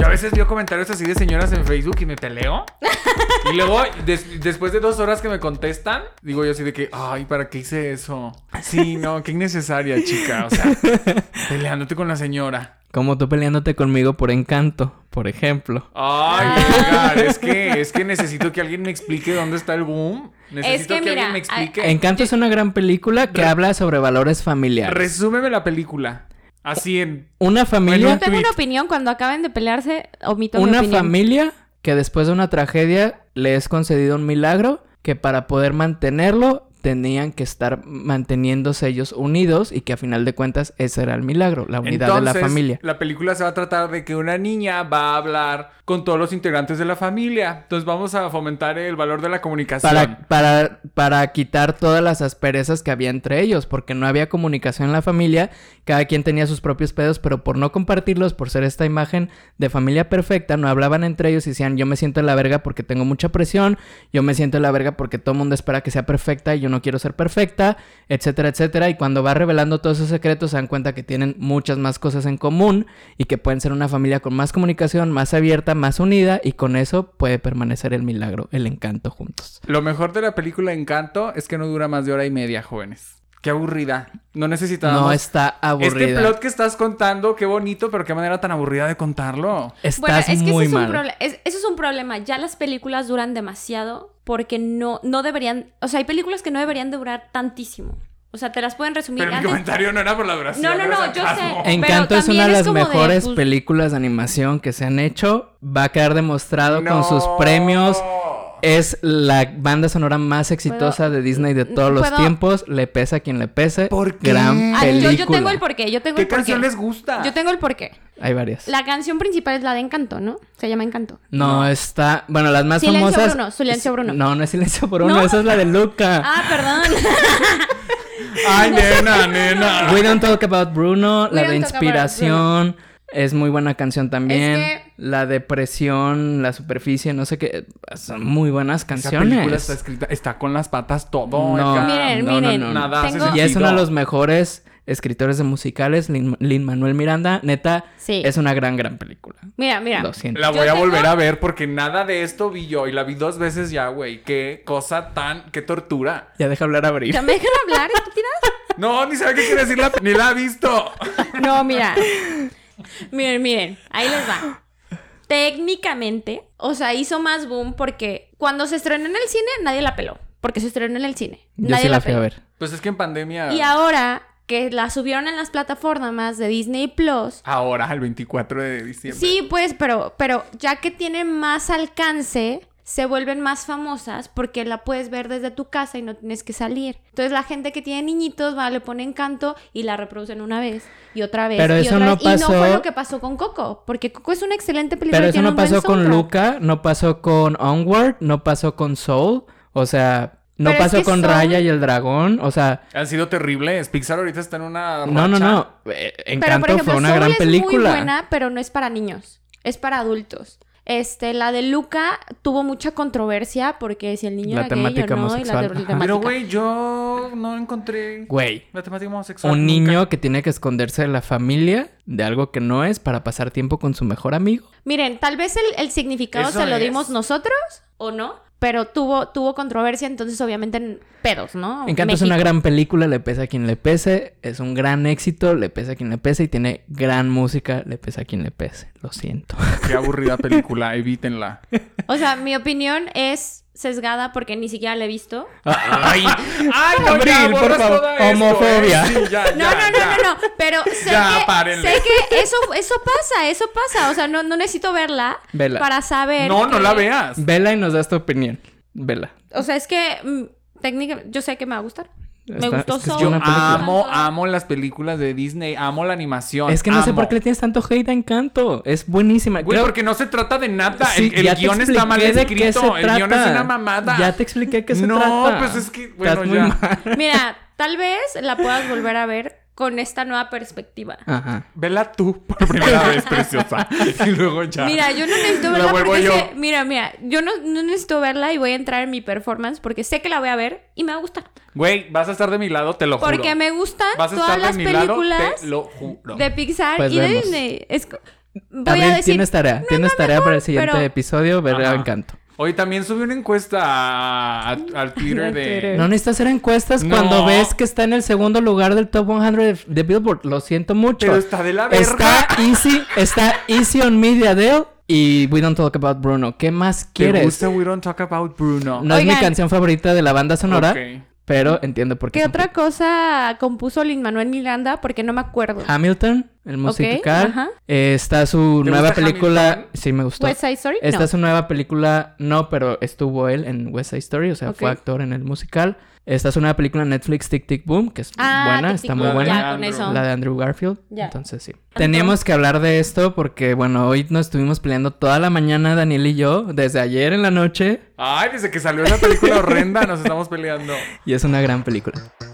a veces veo comentarios así de señoras en Facebook y me peleo. Y luego, después de 2 horas que me contestan, digo yo así de que, ay, ¿para qué hice eso? Sí, no, qué innecesaria, chica. O sea, peleándote con la señora. Como tú peleándote conmigo por Encanto, por ejemplo. Ay, Edgar, es que necesito que alguien me explique dónde está el boom. Necesito que alguien me explique. Encanto es una gran película que habla sobre valores familiares. Resúmeme la película. Así en... Una familia... Yo tengo una opinión. Cuando acaben de pelearse, omito mi opinión. Una familia que después de una tragedia le es concedido un milagro que para poder mantenerlo tenían que estar manteniéndose ellos unidos y que a final de cuentas ese era el milagro, la unidad de la familia. La película se va a tratar de que una niña va a hablar con todos los integrantes de la familia. Entonces vamos a fomentar el valor de la comunicación. Para quitar todas las asperezas que había entre ellos, porque no había comunicación en la familia, cada quien tenía sus propios pedos, pero por no compartirlos, por ser esta imagen de familia perfecta, no hablaban entre ellos y decían, yo me siento en la verga porque tengo mucha presión, yo me siento en la verga porque todo el mundo espera que sea perfecta y yo no quiero ser perfecta, etcétera, etcétera. Y cuando va revelando todos esos secretos, se dan cuenta que tienen muchas más cosas en común y que pueden ser una familia con más comunicación, más abierta, más unida, y con eso puede permanecer el milagro, el encanto juntos. Lo mejor de la película Encanto es que no dura más de 1:30, jóvenes. Qué aburrida. No necesitábamos... No está aburrida. Este plot que estás contando, qué bonito, pero qué manera tan aburrida de contarlo. Estás muy mal. Eso es un problema. Ya las películas duran demasiado porque no deberían... O sea, hay películas que no deberían de durar tantísimo. O sea, te las pueden resumir. Pero mi comentario no era por la duración. No, yo sé. Encanto es una de las mejores películas de animación que se han hecho. Va a quedar demostrado con sus premios. Es la banda sonora más exitosa de Disney de todos los tiempos. Le pesa a quien le pese. ¿Por qué? Gran película. Yo tengo el porqué. ¿Qué canción les gusta? Yo tengo el porqué. Hay varias. La canción principal es la de Encanto, ¿no? Se llama Encanto. No, está... Bueno, las más famosas... Silencio Bruno. No es Silencio Bruno. ¿No? Esa es la de Luca. Ah, perdón. Ay, nena. We Don't Talk About Bruno. La de Inspiración. Es muy buena canción también. Es que... La Depresión, La Superficie, no sé qué. Son muy buenas canciones. Esa película está escrita... Está con las patas todo. No, miren. Nada hace sentido. Y es uno de los mejores escritores de musicales, Lin-Manuel Miranda. Neta, sí. Es una gran película. Mira. Lo siento. La voy a volver a ver porque nada de esto vi yo. Y la vi 2 veces ya, güey. Qué cosa tan... Qué tortura. Ya deja hablar a Abril. ¿Ya me dejan hablar, estúpidas? No, ni sabe qué quiere decir ni la ha visto. No, mira. Miren. Ahí les va. Técnicamente, o sea, hizo más boom porque cuando se estrenó en el cine, nadie la peló. Porque se estrenó en el cine. Yo nadie sí la fui a ver. Pues es que en pandemia... Y ahora que la subieron en las plataformas de Disney Plus. Ahora, el 24 de diciembre. Sí, pues, pero ya que tiene más alcance, se vuelven más famosas porque la puedes ver desde tu casa y no tienes que salir. Entonces la gente que tiene niñitos le pone Encanto y la reproducen una vez y otra vez. Pero y eso otra no vez. pasó... Y no fue lo que pasó con Coco, porque Coco es una excelente película. Pero eso no pasó con soundtrack. Luca, no pasó con Onward, no pasó con Soul, o sea... No pero pasó con Raya y el dragón, o sea... Han sido terribles. Pixar ahorita está en una racha. No. Encanto pero, por ejemplo, fue una Soul gran película. Es muy buena, pero no es para niños. Es para adultos. La de Luca tuvo mucha controversia porque si el niño era gay o no. Y la temática. Pero, güey, yo no encontré... Güey. La temática homosexual. Un niño que tiene que esconderse de la familia, de algo que no es, para pasar tiempo con su mejor amigo. Miren, tal vez el significado Eso se lo dimos nosotros, o no. Pero tuvo controversia, entonces obviamente pedos, ¿no? Encanto es una gran película, le pesa a quien le pese. Es un gran éxito, le pesa a quien le pese. Y tiene gran música, le pesa a quien le pese. Lo siento. Qué aburrida película, evítenla. O sea, mi opinión es sesgada porque ni siquiera la he visto. ¡Ay, no, Abril, ya, por favor! Homofobia. Sí, ya, No. Pero sé que eso pasa. O sea, no necesito verla para saber. No la veas. Vela y nos das tu opinión. Vela. O sea, es que técnicamente yo sé que me va a gustar. Me gustó Soul. Yo amo las películas de Disney, amo la animación. Es que no sé por qué le tienes tanto hate a Encanto. Es buenísima. Güey, porque no se trata de nada. Sí, el guión está mal escrito. El guión es una mamada. Ya te expliqué qué se trata. No, pues es que, bueno, estás muy mal. Mira, tal vez la puedas volver a ver con esta nueva perspectiva. Ajá. Vela tú por primera vez, preciosa. Y luego ya. Mira, yo no necesito verla porque yo. Mira, yo no necesito verla y voy a entrar en mi performance porque sé que la voy a ver y me va a gustar. Güey, vas a estar de mi lado, te lo juro. Porque me gustan todas las películas te lo juro. de Pixar pues y vemos. de Disney. voy a Abril, decir... tienes tarea para el siguiente pero- episodio, ver Ajá. Encanto. Hoy también subí una encuesta al Twitter de... No necesitas hacer encuestas No. cuando ves que está en el segundo lugar del Top 100 de Billboard. Lo siento mucho. Pero está de la verga. Está Easy on Me de Adele y We Don't Talk About Bruno. ¿Qué más ¿Te quieres? gusta We Don't Talk About Bruno? No es mi Oigan. canción favorita de la banda sonora, Ok. pero entiendo por qué. ¿Qué es un otra hit. cosa compuso Lin-Manuel Miranda? Porque no me acuerdo. Hamilton, el musical. ajá. Está su ¿Te nueva gusta película. Hamilton? Sí, me gustó. West Side Story. Esta No. es su nueva película, no, pero estuvo él en West Side Story, o sea, fue Ok. actor en el musical. Esta es una película en Netflix, Tic Tic Boom, que es buena, Tic, está tic, muy boom, buena. Ya, con eso. La de Andrew Garfield. Ya. Entonces sí. Teníamos que hablar de esto porque, bueno, hoy nos estuvimos peleando toda la mañana, Daniel y yo, desde ayer en la noche, Ay, desde que salió esa película horrenda nos estamos peleando. y es una gran película.